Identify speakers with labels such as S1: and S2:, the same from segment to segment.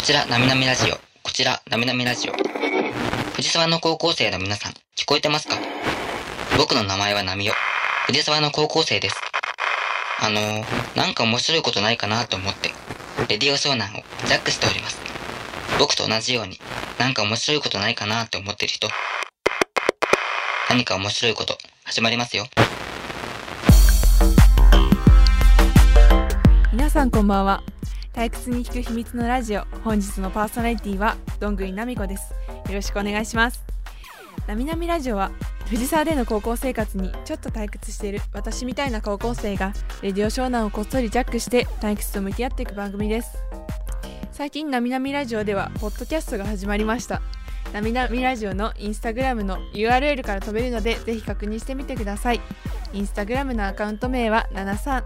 S1: ちらなみなみラジオ、こちらなみなみラジオ。藤沢の高校生の皆さん、聞こえてますか？僕の名前はナミオ、藤沢の高校生です。なんか面白いことないかなと思って、レディオ湘南をジャックしております。僕と同じように、なんか面白いことないかなと思ってる人、何か面白いこと始まりますよ。
S2: 皆さんこんばんは。退屈に聞く秘密のラジオ、本日のパーソナリティはどんぐりなみこです。よろしくお願いします。なみなみラジオは藤沢での高校生活にちょっと退屈している私みたいな高校生がレディオ湘南をこっそりジャックして退屈と向き合っていく番組です。最近なみなみラジオではポッドキャストが始まりました。なみなみラジオのインスタグラムの URL から飛べるのでぜひ確認してみてください。インスタグラムのアカウント名は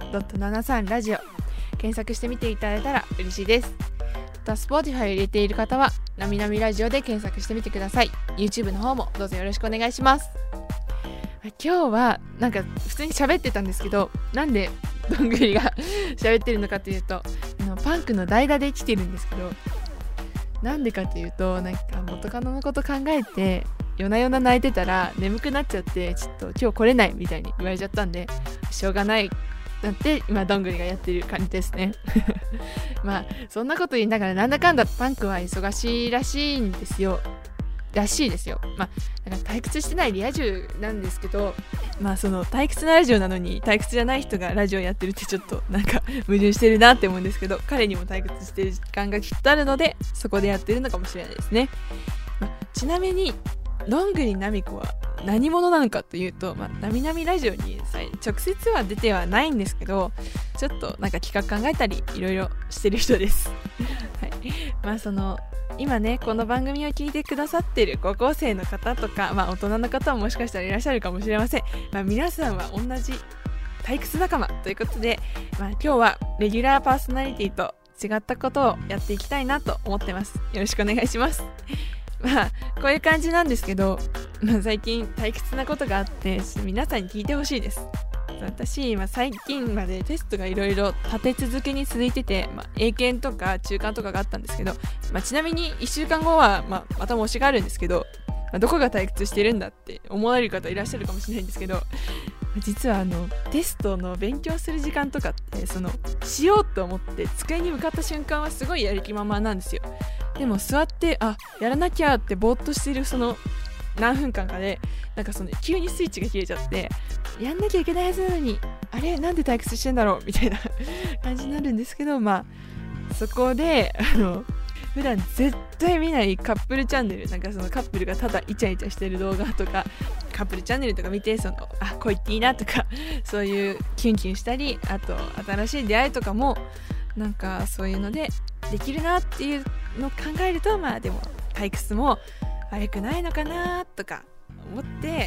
S2: 73.73 ラジオ、検索してみていただいたら嬉しいです。また Spotify を入れている方はなみなみラジオで検索してみてください。 YouTube の方もどうぞよろしくお願いします。今日はなんか普通に喋ってたんですけど、なんでどんぐりが喋ってるのかというと、パンクの代打で来てるんですけど、なんでかというと、なんか元カノのこと考えて夜な夜な泣いてたら眠くなっちゃって、ちょっと今日来れないみたいに言われちゃったんで、しょうがないなんて今どんぐりがやってる感じですねまあそんなこと言いながら、なんだかんだパンクは忙しいらしいですよ。だから退屈してないリア充なんですけど、まあその退屈なラジオなのに退屈じゃない人がラジオやってるってちょっとなんか矛盾してるなって思うんですけど、彼にも退屈してる時間がきっとあるのでそこでやってるのかもしれないですね。ちなみにどんぐりなみこは何者なのかというと、なみなみラジオに直接は出てはないんですけど、ちょっとなんか企画考えたりいろいろしてる人ですはい。その今ねこの番組を聞いてくださってる高校生の方とか、大人の方ももしかしたらいらっしゃるかもしれません。皆さんは同じ退屈仲間ということで、今日はレギュラーパーソナリティと違ったことをやっていきたいなと思ってます。よろしくお願いしますこういう感じなんですけど、最近退屈なことがあって皆さんに聞いてほしいです。私、最近までテストがいろいろ立て続けに続いてて、英検とか中間とかがあったんですけど、ちなみに1週間後は、また模試があるんですけど、どこが退屈してるんだって思われる方いらっしゃるかもしれないんですけど、実はテストの勉強する時間とかってしようと思って机に向かった瞬間はすごいやる気満々なんですよ。でも座ってやらなきゃってぼーっとしているその何分間かで急にスイッチが切れちゃって、やんなきゃいけないはずなのにあれなんで退屈してんだろうみたいな感じになるんですけど、そこで普段絶対見ないカップルチャンネル、そのカップルがただイチャイチャしてる動画とかカップルチャンネルとか見て、恋っていいなとかそういうキュンキュンしたり、あと新しい出会いとかもそういうのでできるなっていうのを考えると、でも退屈も悪くないのかなとか思って、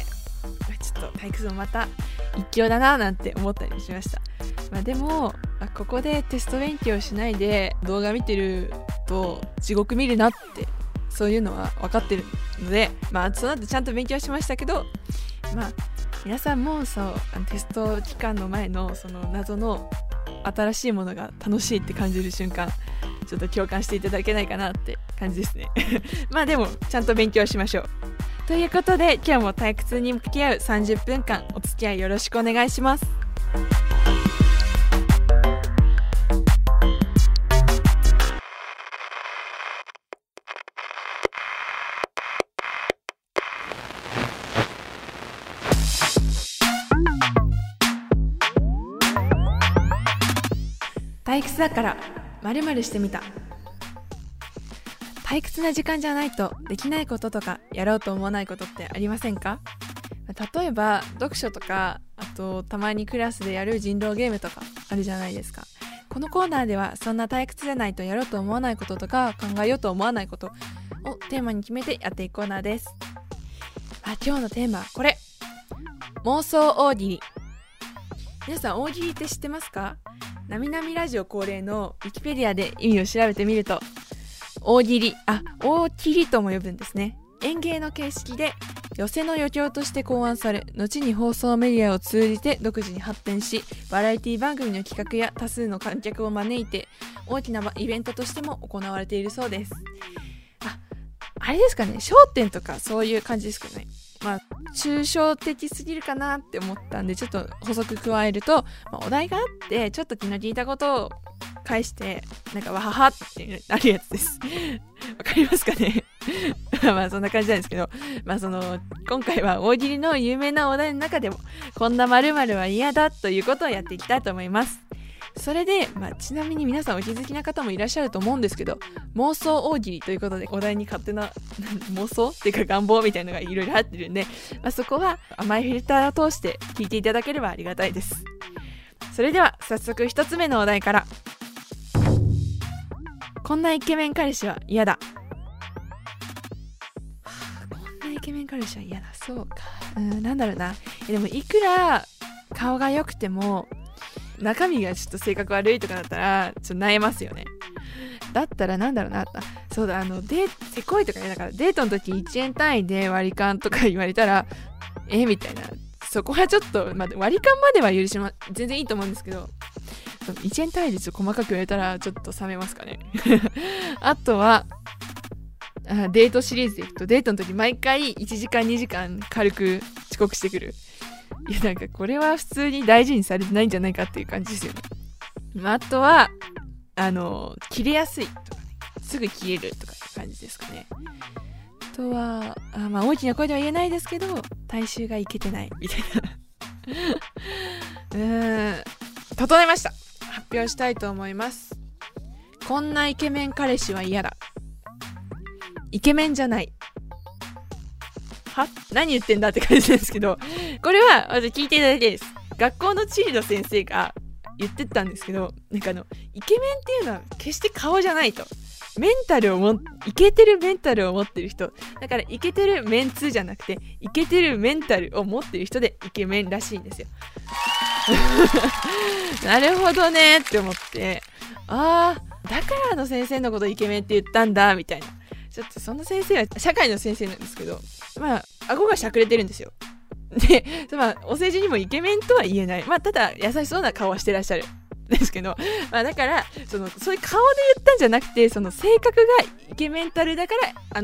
S2: ちょっと退屈もまた一興だななんて思ったりしました。でもここでテスト勉強しないで動画見てると地獄見るなって、そういうのは分かってるので、その後ちゃんと勉強しましたけど、皆さんもテスト期間の前のその謎の新しいものが楽しいって感じる瞬間、ちょっと共感していただけないかなって感じですねでもちゃんと勉強しましょうということで、今日も退屈に向き合う30分間お付き合いよろしくお願いします。退屈だから〇〇してみた。退屈な時間じゃないとできないこととかやろうと思わないことってありませんか？例えば読書とか、あとたまにクラスでやる人狼ゲームとかあるじゃないですか。このコーナーではそんな退屈じゃないとやろうと思わないこととか考えようと思わないことをテーマに決めてやっていくコーナーです。今日のテーマはこれ、妄想大喜利。皆さん大喜利って知ってますか？なみなみラジオ恒例のウィキペディアで意味を調べてみると、大喜利とも呼ぶんですね。演芸の形式で寄席の余興として考案され、後に放送メディアを通じて独自に発展し、バラエティ番組の企画や多数の観客を招いて大きなイベントとしても行われているそうです。あれですかね、笑点とかそういう感じですかね。抽象的すぎるかなって思ったんで、ちょっと補足加えると、お題があってちょっと気の利いたことを返してなんかわははってなるやつです。わかりますかね。そんな感じなんですけど、今回は大喜利の有名なお題の中でもこんな〇〇は嫌だということをやっていきたいと思います。それで、ちなみに皆さんお気づきな方もいらっしゃると思うんですけど、妄想大喜利ということでお題に勝手な妄想っていうか願望みたいなのがいろいろ入ってるんで、そこは甘いフィルターを通して聞いていただければありがたいです。それでは早速一つ目のお題から。こんなイケメン彼氏は嫌だ。こんなイケメン彼氏は嫌だ。そうか。なんだろうな。でもいくら顔が良くても中身がちょっと性格悪いとかだったらちょっと悩ますよね。だったらなんだろうな。そうだ、せこいとかだからデートの時1円単位で割り勘とか言われたらみたいな。そこはちょっと、割り勘までは許し全然いいと思うんですけど、1円単位でちょっと細かく言われたらちょっと冷めますかね。あとはデートシリーズでいくと、デートの時毎回1時間2時間軽く遅刻してくる。いや、なんかこれは普通に大事にされてないんじゃないかっていう感じですよね。あとは切れやすいとかね、すぐ切れるとかいう感じですかね。あとは大きな声では言えないですけど、体臭がいけてないみたいな。整えました。発表したいと思います。こんなイケメン彼氏は嫌だ。イケメンじゃない。何言ってんだって感じなんですけど、これはまず聞いていただきたいです。学校の地理の先生が言ってたんですけど、イケメンっていうのは決して顔じゃないと。イケてるメンタルを持ってる人だから、イケてるメンツーじゃなくてイケてるメンタルを持ってる人でイケメンらしいんですよ。なるほどねって思って、だから先生のことイケメンって言ったんだみたいな。ちょっとその先生は社会の先生なんですけど、顎がしゃくれてるんですよ。で、お世辞にもイケメンとは言えない。ただ優しそうな顔はしてらっしゃるですけど、だからそういう顔で言ったんじゃなくて、その性格がイケメンタルだから、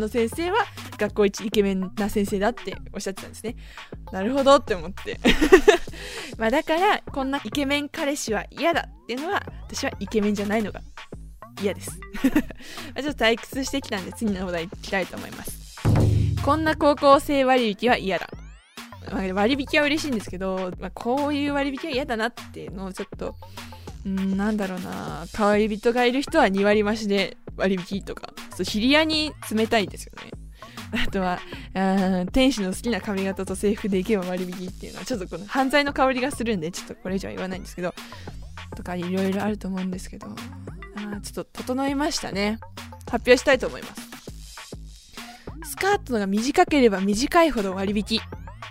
S2: 先生は学校一イケメンな先生だっておっしゃってたんですね。なるほどって思ってだからこんなイケメン彼氏は嫌だっていうのは、私はイケメンじゃないのが嫌です。ちょっと退屈してきたんで次のお題いきたいと思います。こんな高校生割引は嫌だ。割引は嬉しいんですけど、こういう割引は嫌だなっていうのをちょっとなんだろうな、可愛い人がいる人は2割増しで割引とか、知り合いに冷たいですよね。あとは天使の好きな髪型と制服でいけば割引っていうのはちょっとこの犯罪の香りがするんで、ちょっとこれ以上は言わないんですけど、とかいろいろあると思うんですけど、ちょっと整いましたね。発表したいと思います。スカートが短ければ短いほど割引。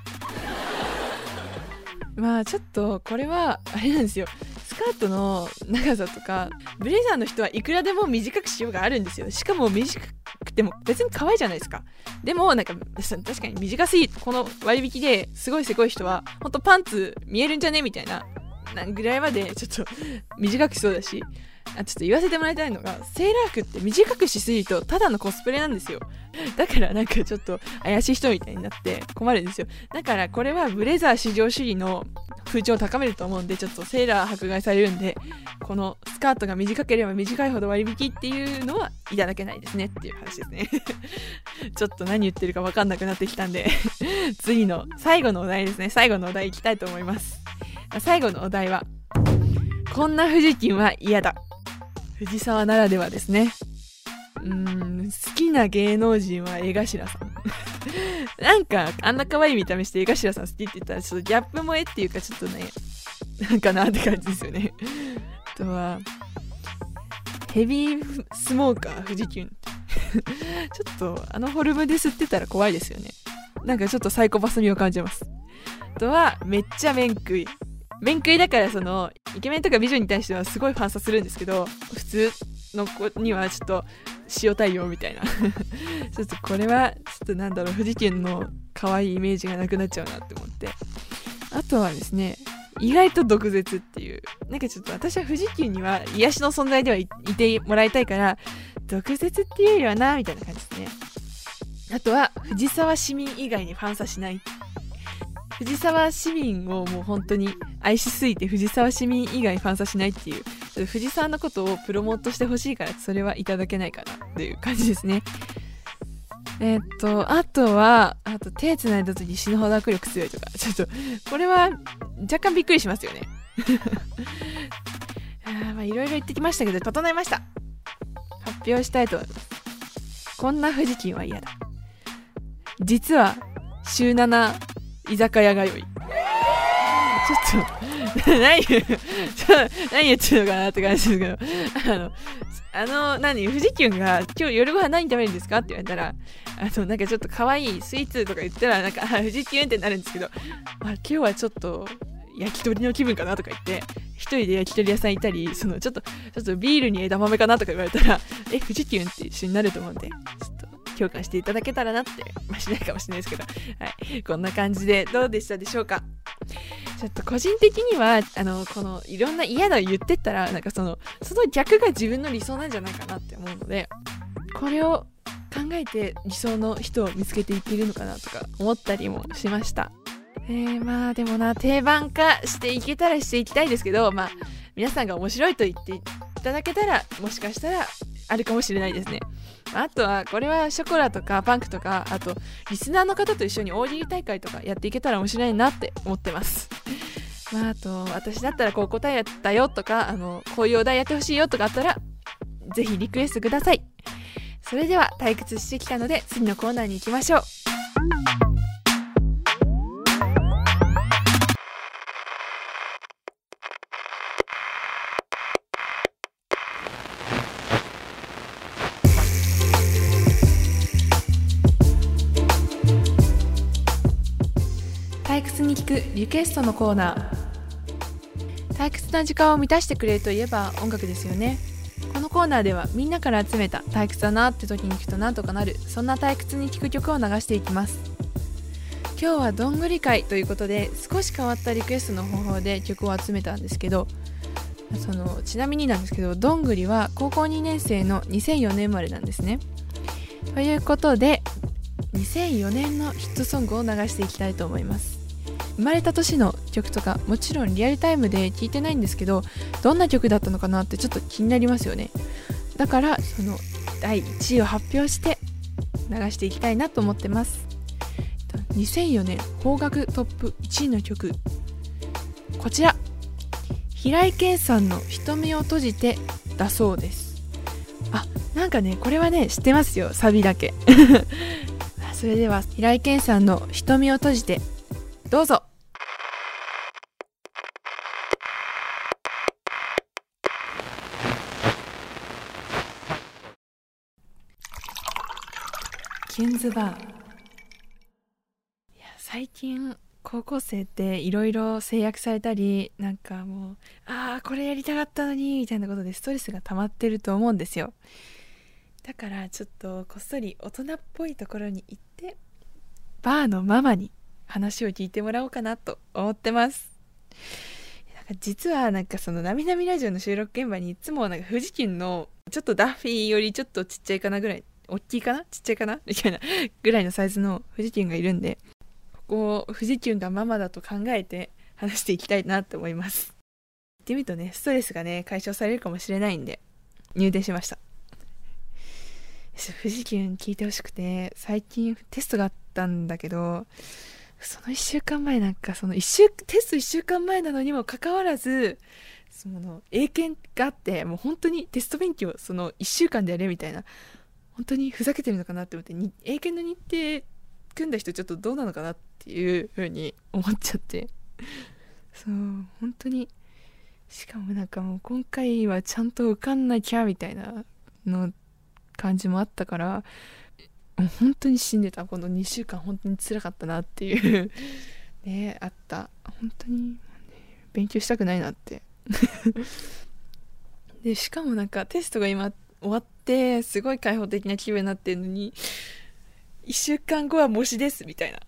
S2: ちょっとこれはあれなんですよ。スカートの長さとかブレザーの人はいくらでも短くしようがあるんですよ。しかも短くても別に可愛いじゃないですか。でも確かに短すぎ、この割引ですごいせこい人はほんとパンツ見えるんじゃねみたいなぐらいまでちょっと短くしそうだし、ちょっと言わせてもらいたいのが、セーラー服って短くしすぎるとただのコスプレなんですよ。だからちょっと怪しい人みたいになって困るんですよ。だからこれはブレザー至上主義の風潮を高めると思うんで、ちょっとセーラー迫害されるんで、このスカートが短ければ短いほど割引っていうのはいただけないですねっていう話ですね。ちょっと何言ってるか分かんなくなってきたんで次の最後のお題ですね。最後のお題いきたいと思います。最後のお題は、こんな富士金は嫌だ。藤沢ならではですね。好きな芸能人は江頭さん。あんな可愛い見た目して江頭さん好きって言ったらちょっとギャップ萌えっていうか、ちょっとね、かなって感じですよね。あとはヘビースモーカー富士キュン。ちょっとフォルムで吸ってたら怖いですよね。ちょっとサイコパス味を感じます。あとはめっちゃ面食いだから、そのイケメンとか美女に対してはすごいファンサするんですけど、普通の子にはちょっと塩対応みたいなちょっとこれはちょっと富士急の可愛いイメージがなくなっちゃうなって思って、あとはですね、意外と毒舌っていう、なんかちょっと私は富士急には癒しの存在ではいてもらいたいから、毒舌っていうよりはなみたいな感じですね。あとは藤沢市民以外にファンサしない、藤沢市民をもう本当に愛しすぎて藤沢市民以外ファンサしないっていう、藤沢のことをプロモートしてほしいから、それはいただけないかなっていう感じですね。あと手つないだ時死ぬほど握力強いとか、ちょっとこれは若干びっくりしますよねまあいろいろ言ってきましたけど、整いました。発表したいと思います。こんな富士急は嫌だ。実は週7居酒屋通い。ちょっと何言ってるのかなって感じですけど、富士急が今日夜ご飯何食べるんですかって言われたら、なんかちょっと可愛いスイーツとか言ったら、なんか富士急ってなるんですけど、今日はちょっと焼き鳥の気分かなとか言って一人で焼き鳥屋さん行ったり、ちょっとビールに枝豆かなとか言われたら、富士急って一緒になると思うんで、ちょっと共感していただけたらなって、しないかもしれないですけど、はい、こんな感じでどうでしたでしょうか。ちょっと個人的にはこのいろんな嫌だを言ってったら、なんかその逆が自分の理想なんじゃないかなって思うので、これを考えて理想の人を見つけていけるのかなとか思ったりもしました。まあでも定番化していけたらしていきたいですけど、皆さんが面白いと言っていただけたら、もしかしたらあるかもしれないですね。あとはこれはショコラとかパンクとか、あとリスナーの方と一緒に大喜利大会とかやっていけたら面白いなって思ってます。あと私だったらこう答えたよとか、こういうお題やってほしいよとかあったらぜひリクエストください。それでは退屈してきたので次のコーナーに行きましょう。退屈に聞くリクエストのコーナー。退屈な時間を満たしてくれるといえば音楽ですよね。このコーナーではみんなから集めた退屈だなって時に聞くとなんとかなる、そんな退屈に聞く曲を流していきます。今日はどんぐり会ということで、少し変わったリクエストの方法で曲を集めたんですけど、ちなみになんですけど、どんぐりは高校2年生の2004年生まれなんですね。ということで2004年のヒットソングを流していきたいと思います。生まれた年の曲とかもちろんリアルタイムで聞いてないんですけど、どんな曲だったのかなってちょっと気になりますよね。だからその第1位を発表して流していきたいなと思ってます。2004年邦楽トップ1位の曲、こちら平井堅さんの瞳を閉じてだそうです。なんかね、これはね知ってますよ、サビだけそれでは平井堅さんの瞳を閉じてどうぞ。キュンズバー。最近高校生っていろいろ制約されたり、なんかもうこれやりたかったのにみたいなことでストレスが溜まってると思うんですよ。だからちょっとこっそり大人っぽいところに行ってバーのママに話を聞いてもらおうかなと思ってます。実はそのなみなみラジオの収録現場にいつも富士急のちょっとダッフィーよりちょっとちっちゃいかなぐらい、大きいかなちっちゃいかなみたいなぐらいのサイズの富士急がいるんで、ここを富士急がママだと考えて話していきたいなと思います。言ってみるとね、ストレスがね解消されるかもしれないんで入店しました。富士急に聞いてほしくて、最近テストがあったんだけど、その1週間前テスト1週間前なのにもかかわらず、その英検があって、もう本当にテスト勉強その1週間でやれみたいな、本当にふざけてるのかなって思って、英検の日程組んだ人ちょっとどうなのかなっていう風に思っちゃって、そう本当に、しかももう今回はちゃんと受かんなきゃみたいなの感じもあったから、本当に死んでた。この2週間本当に辛かったなっていうね、あった。本当に、勉強したくないなってでしかもテストが今終わっってすごい開放的な気分になってるのに、1週間後は模試ですみたいな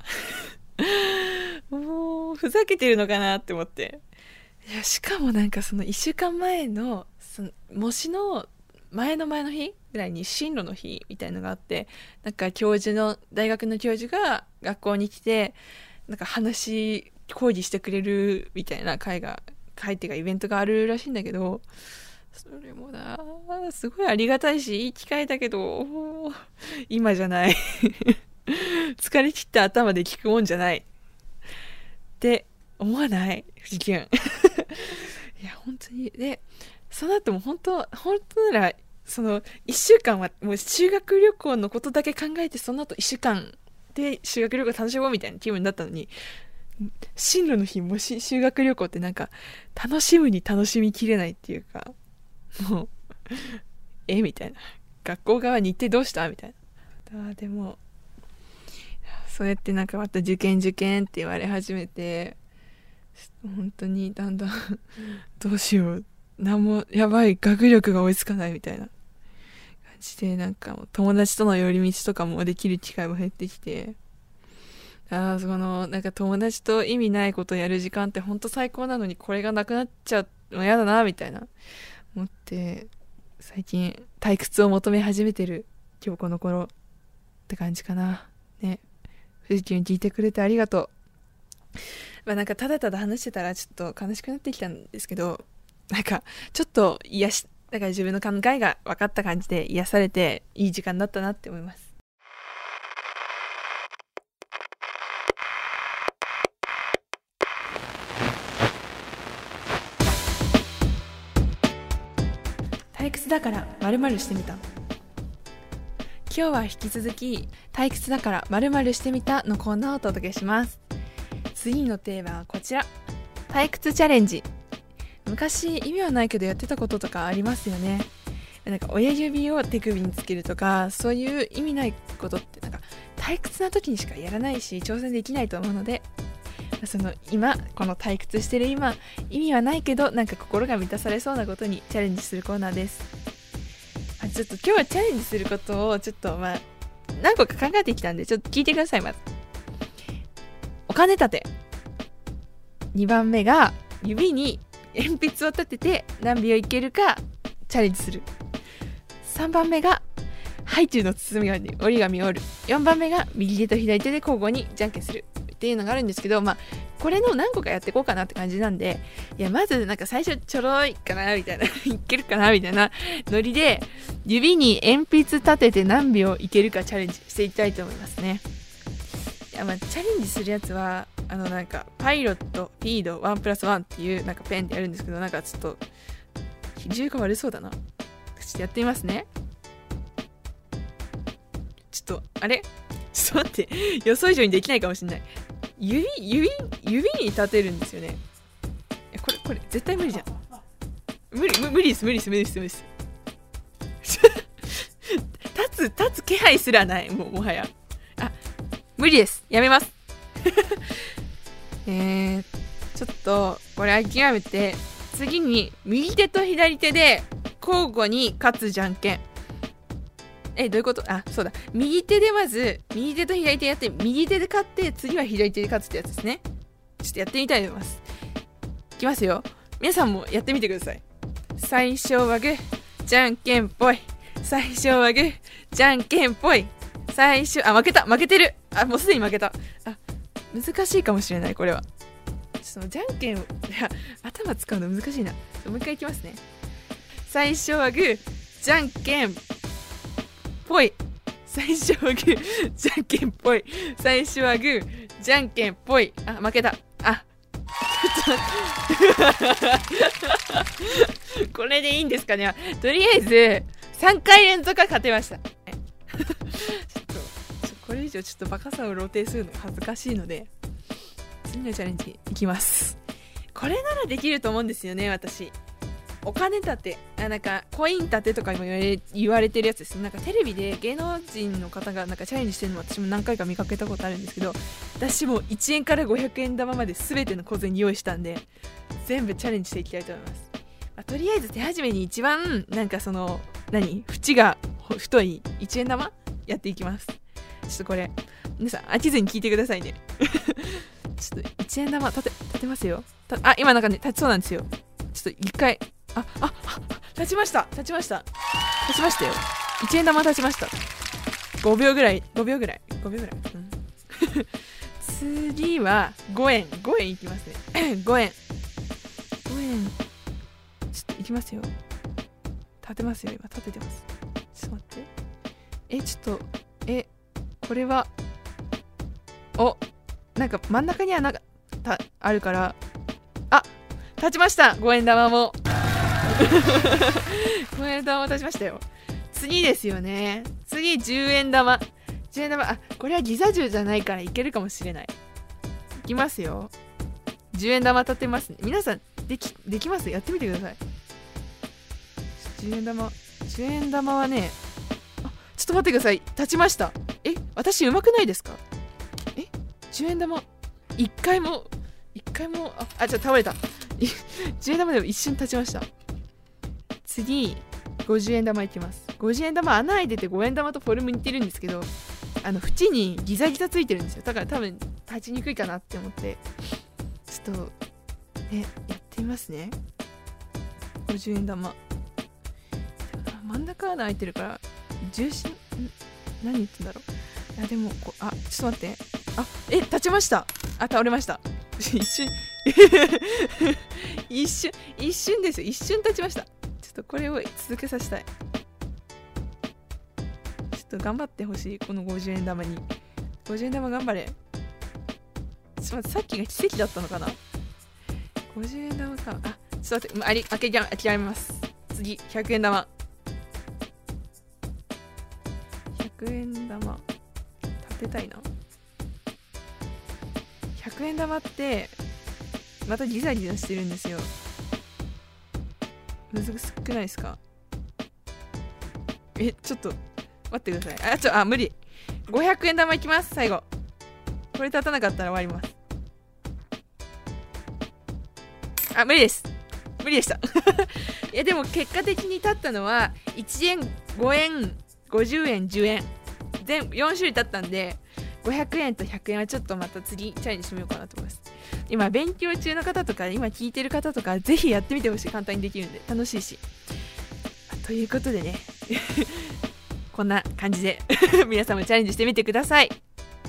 S2: もうふざけてるのかなって思って、いやしかもなんかその1週間前のその模試の前の日ぐらいに進路の日みたいのがあって、なんか大学の教授が学校に来てなんか講義してくれるみたいな会っていうかイベントがあるらしいんだけど、それもすごいありがたいしいい機会だけど、今じゃない疲れ切った頭で聞くもんじゃないって思わない？藤木くんいや本当に。でその後も本当ならその1週間はもう修学旅行のことだけ考えて、その後1週間で修学旅行楽しもうみたいな気分だったのに、進路の日もし修学旅行ってなんか楽しむに楽しみきれないっていうか、もうみたいな、学校側に行ってどうしたみたいな。でもそうやってなんかまた受験って言われ始めて、本当にだんだんどうしよう、なんもやばい、学力が追いつかないみたいな感じで、なんかもう友達との寄り道とかもできる機会も減ってきて、そのなんか友達と意味ないことやる時間って本当最高なのに、これがなくなっちゃうの嫌だなみたいな思って、最近退屈を求め始めてる今日この頃って感じかなね。藤木に聞いてくれてありがとう。なんかただただ話してたらちょっと悲しくなってきたんですけど、なんかちょっとだから自分の考えが分かった感じで癒されていい時間だったなって思います。退屈だから〇〇してみた。今日は引き続き退屈だから〇〇してみたのコーナーをお届けします。次のテーマはこちら、退屈チャレンジ。昔意味はないけどやってたこととかありますよね。なんか親指を手首につけるとか、そういう意味ないことってなんか退屈な時にしかやらないし挑戦できないと思うので、その今この退屈してる今、意味はないけどなんか心が満たされそうなことにチャレンジするコーナーです。ちょっと今日はチャレンジすることをちょっと何個か考えてきたんで、ちょっと聞いてください。まずお金立て、2番目が指に鉛筆を立てて何秒いけるかチャレンジする。3番目がハイチュウの包み紙折り紙を折る。4番目が右手と左手で交互にじゃんけんするっていうのがあるんですけど、これの何個かやっていこうかなって感じなんで、まずなんか最初ちょろいかなみたいないけるかなみたいなノリで指に鉛筆立てて何秒いけるかチャレンジしていきたいと思いますね。チャレンジするやつはなんかパイロットフィード 1+1 っていうなんかペンでやるんですけど、なんかちょっと比重が悪そうだな。ちょっとやってみますね。ちょっと待って、予想以上にできないかもしれない。指に立てるんですよね。これ絶対無理じゃん。無理です立つ気配すらない。もはや無理です。やめますちょっとこれ諦めて、次に右手と左手で交互に勝つじゃんけん。どういうこと？そうだ、右手でまず右手と左手やって、右手で勝って次は左手で勝つってやつですね。ちょっとやってみたいと思います。いきますよ。皆さんもやってみてください。最初はグーじゃんけんぽい、最初はグーじゃんけんぽい、負けてる。もうすでに負けた。難しいかもしれない。これはちょっとじゃんけん頭使うの難しいな。もう一回いきますね。最初はグーじゃんけんぽい、最初はグーじゃんけんぽい、最初はグーじゃんけんぽい。負けた。これでいいんですかね。とりあえず3回連続は勝てました。これ以上ちょっとバカさを露呈するのが恥ずかしいので、次のチャレンジいきます。これならできると思うんですよね。私お金立て、なんかコイン立てとかも言われてるやつです。なんかテレビで芸能人の方がなんかチャレンジしてるのを私も何回か見かけたことあるんですけど、私も1円から500円玉まで全ての小銭用意したんで、全部チャレンジしていきたいと思います。とりあえず手始めに一番なんかその縁が太い1円玉やっていきます。ちょっとこれ皆さん飽きずに聞いてくださいねちょっと1円玉立てますよ。今なんかね立ちそうなんですよ。ちょっと一回立ちましたよ。1円玉立ちました。5秒ぐらい、うん次は5円いきますね5円ちょっといきますよ。立てますよ。今立ててます。ちょっと待ってこれはなんか真ん中にはなんかあるから立ちました。5円玉も5円玉も立ちましたよ。次ですよね。次10円玉これはギザ10じゃないからいけるかもしれない。いきますよ。10円玉立てますね。皆さんできます？やってみてください。10円玉はねちょっと待ってください。立ちました。私うまくないですか？10円玉1回もちょっと倒れた10円玉でも一瞬立ちました。次50円玉いきます。50円玉穴開いてて5円玉とフォルム似てるんですけど縁にギザギザついてるんですよ。だから多分立ちにくいかなって思ってちょっとやってみますね。50円玉真ん中穴開いてるから重心何言ってんだろう。でもちょっと待って立ちました。倒れました一瞬ですよ。一瞬立ちました。ちょっとこれを続けさせたい。ちょっと頑張ってほしい。この50円玉に50円玉頑張れ。ちょっと待って、さっきが奇跡だったのかな。50円玉か。ちょっと待って、諦めます。次100円玉100円玉立てたいな。100円玉ってまたギザギザしてるんですよ。難しくないですか？ちょっと待ってください。無理。500円玉いきます。最後これ立たなかったら終わります。無理でしたでも結果的に立ったのは1円5円50円10円全4種類立ったんで、500円と100円はちょっとまた次チャレンジしてみようかなと思います。今勉強中の方とか今聞いてる方とかぜひやってみてほしい。簡単にできるんで楽しいし。ということでねこんな感じで皆さんもチャレンジしてみてください。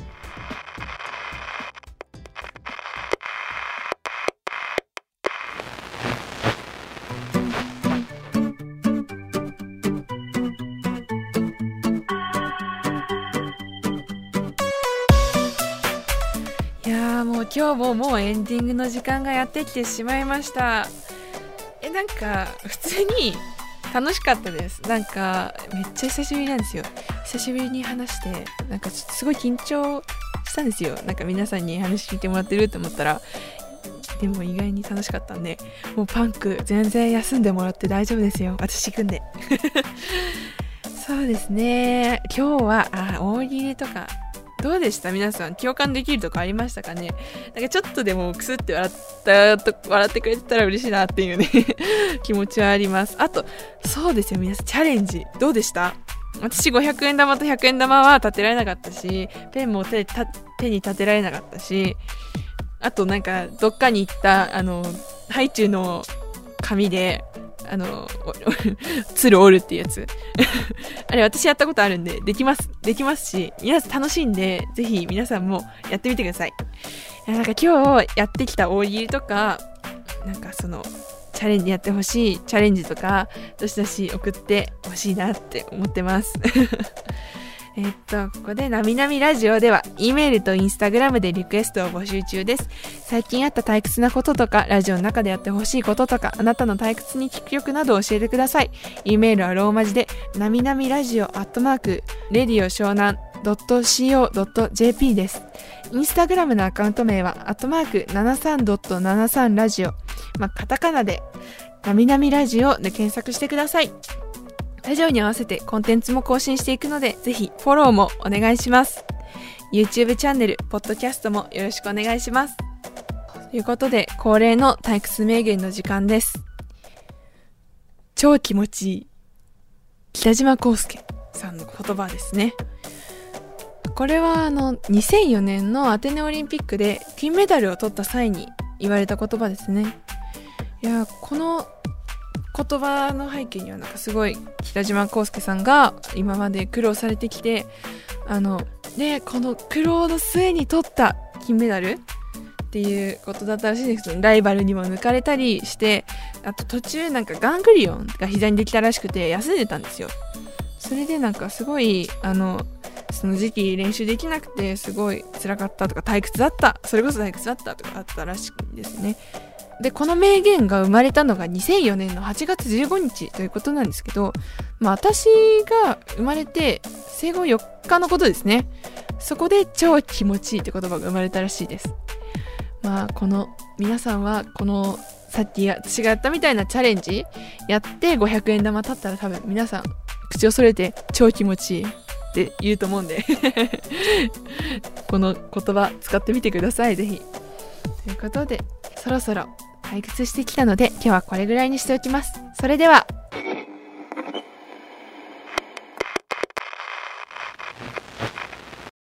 S2: 今日もエンディングの時間がやってきてしまいました。なんか普通に楽しかったです。なんかめっちゃ久しぶりなんですよ。久しぶりに話してなんかちょっとすごい緊張したんですよ。なんか皆さんに話聞いてもらってると思ったらでも意外に楽しかったんで、もうパンク全然休んでもらって大丈夫ですよ。私行くんでそうですね。今日は大喜利とかどうでした？皆さん共感できるとかありましたかね？なんかちょっとでもクスって笑ってくれてたら嬉しいなっていうね気持ちはあります。あとそうですよ、皆さんチャレンジどうでした？私500円玉と100円玉は立てられなかったし、ペンも手に立てられなかったし、あとなんかどっかに行ったハイチュウの紙で鶴折るっていうやつあれ私やったことあるんでできますし、皆さん楽しいんでぜひ皆さんもやってみてください。なんか今日やってきた大喜利とかなんかそのチャレンジやってほしいチャレンジとかどしどし送ってほしいなって思ってますここでなみなみラジオでは E メールとインスタグラムでリクエストを募集中です。最近あった退屈なこととかラジオの中でやってほしいこととかあなたの退屈に聞く曲などを教えてください。 E メールはローマ字でなみなみラジオ@radio湘南.co.jp です。インスタグラムのアカウント名は@73.73 ラジオ、カタカナでなみなみラジオで検索してください。ラジオに合わせてコンテンツも更新していくのでぜひフォローもお願いします。 YouTube チャンネル、ポッドキャストもよろしくお願いします。ということで恒例の退屈名言の時間です。超気持ちいい北島康介さんの言葉ですね。これは2004年のアテネオリンピックで金メダルを取った際に言われた言葉ですね。いや、この言葉の背景にはなんかすごい北島康介さんが今まで苦労されてきて、でこの苦労の末に取った金メダルっていうことだったらしいんですけど、ライバルにも抜かれたりして、あと途中なんかガングリオンが膝にできたらしくて休んでたんですよ。それでなんかすごいその時期練習できなくてすごい辛かったとか、退屈だった、それこそ退屈だったとかあったらしいんですね。でこの名言が生まれたのが2004年の8月15日ということなんですけど、私が生まれて生後4日のことですね。そこで超気持ちいいって言葉が生まれたらしいです。この皆さんはこのさっき私がやったみたいなチャレンジやって500円玉立ったら多分皆さん口を揃えて超気持ちいいって言うと思うんでこの言葉使ってみてください、ぜひ。ということでそろそろ退屈してきたので今日はこれぐらいにしておきます。それでは。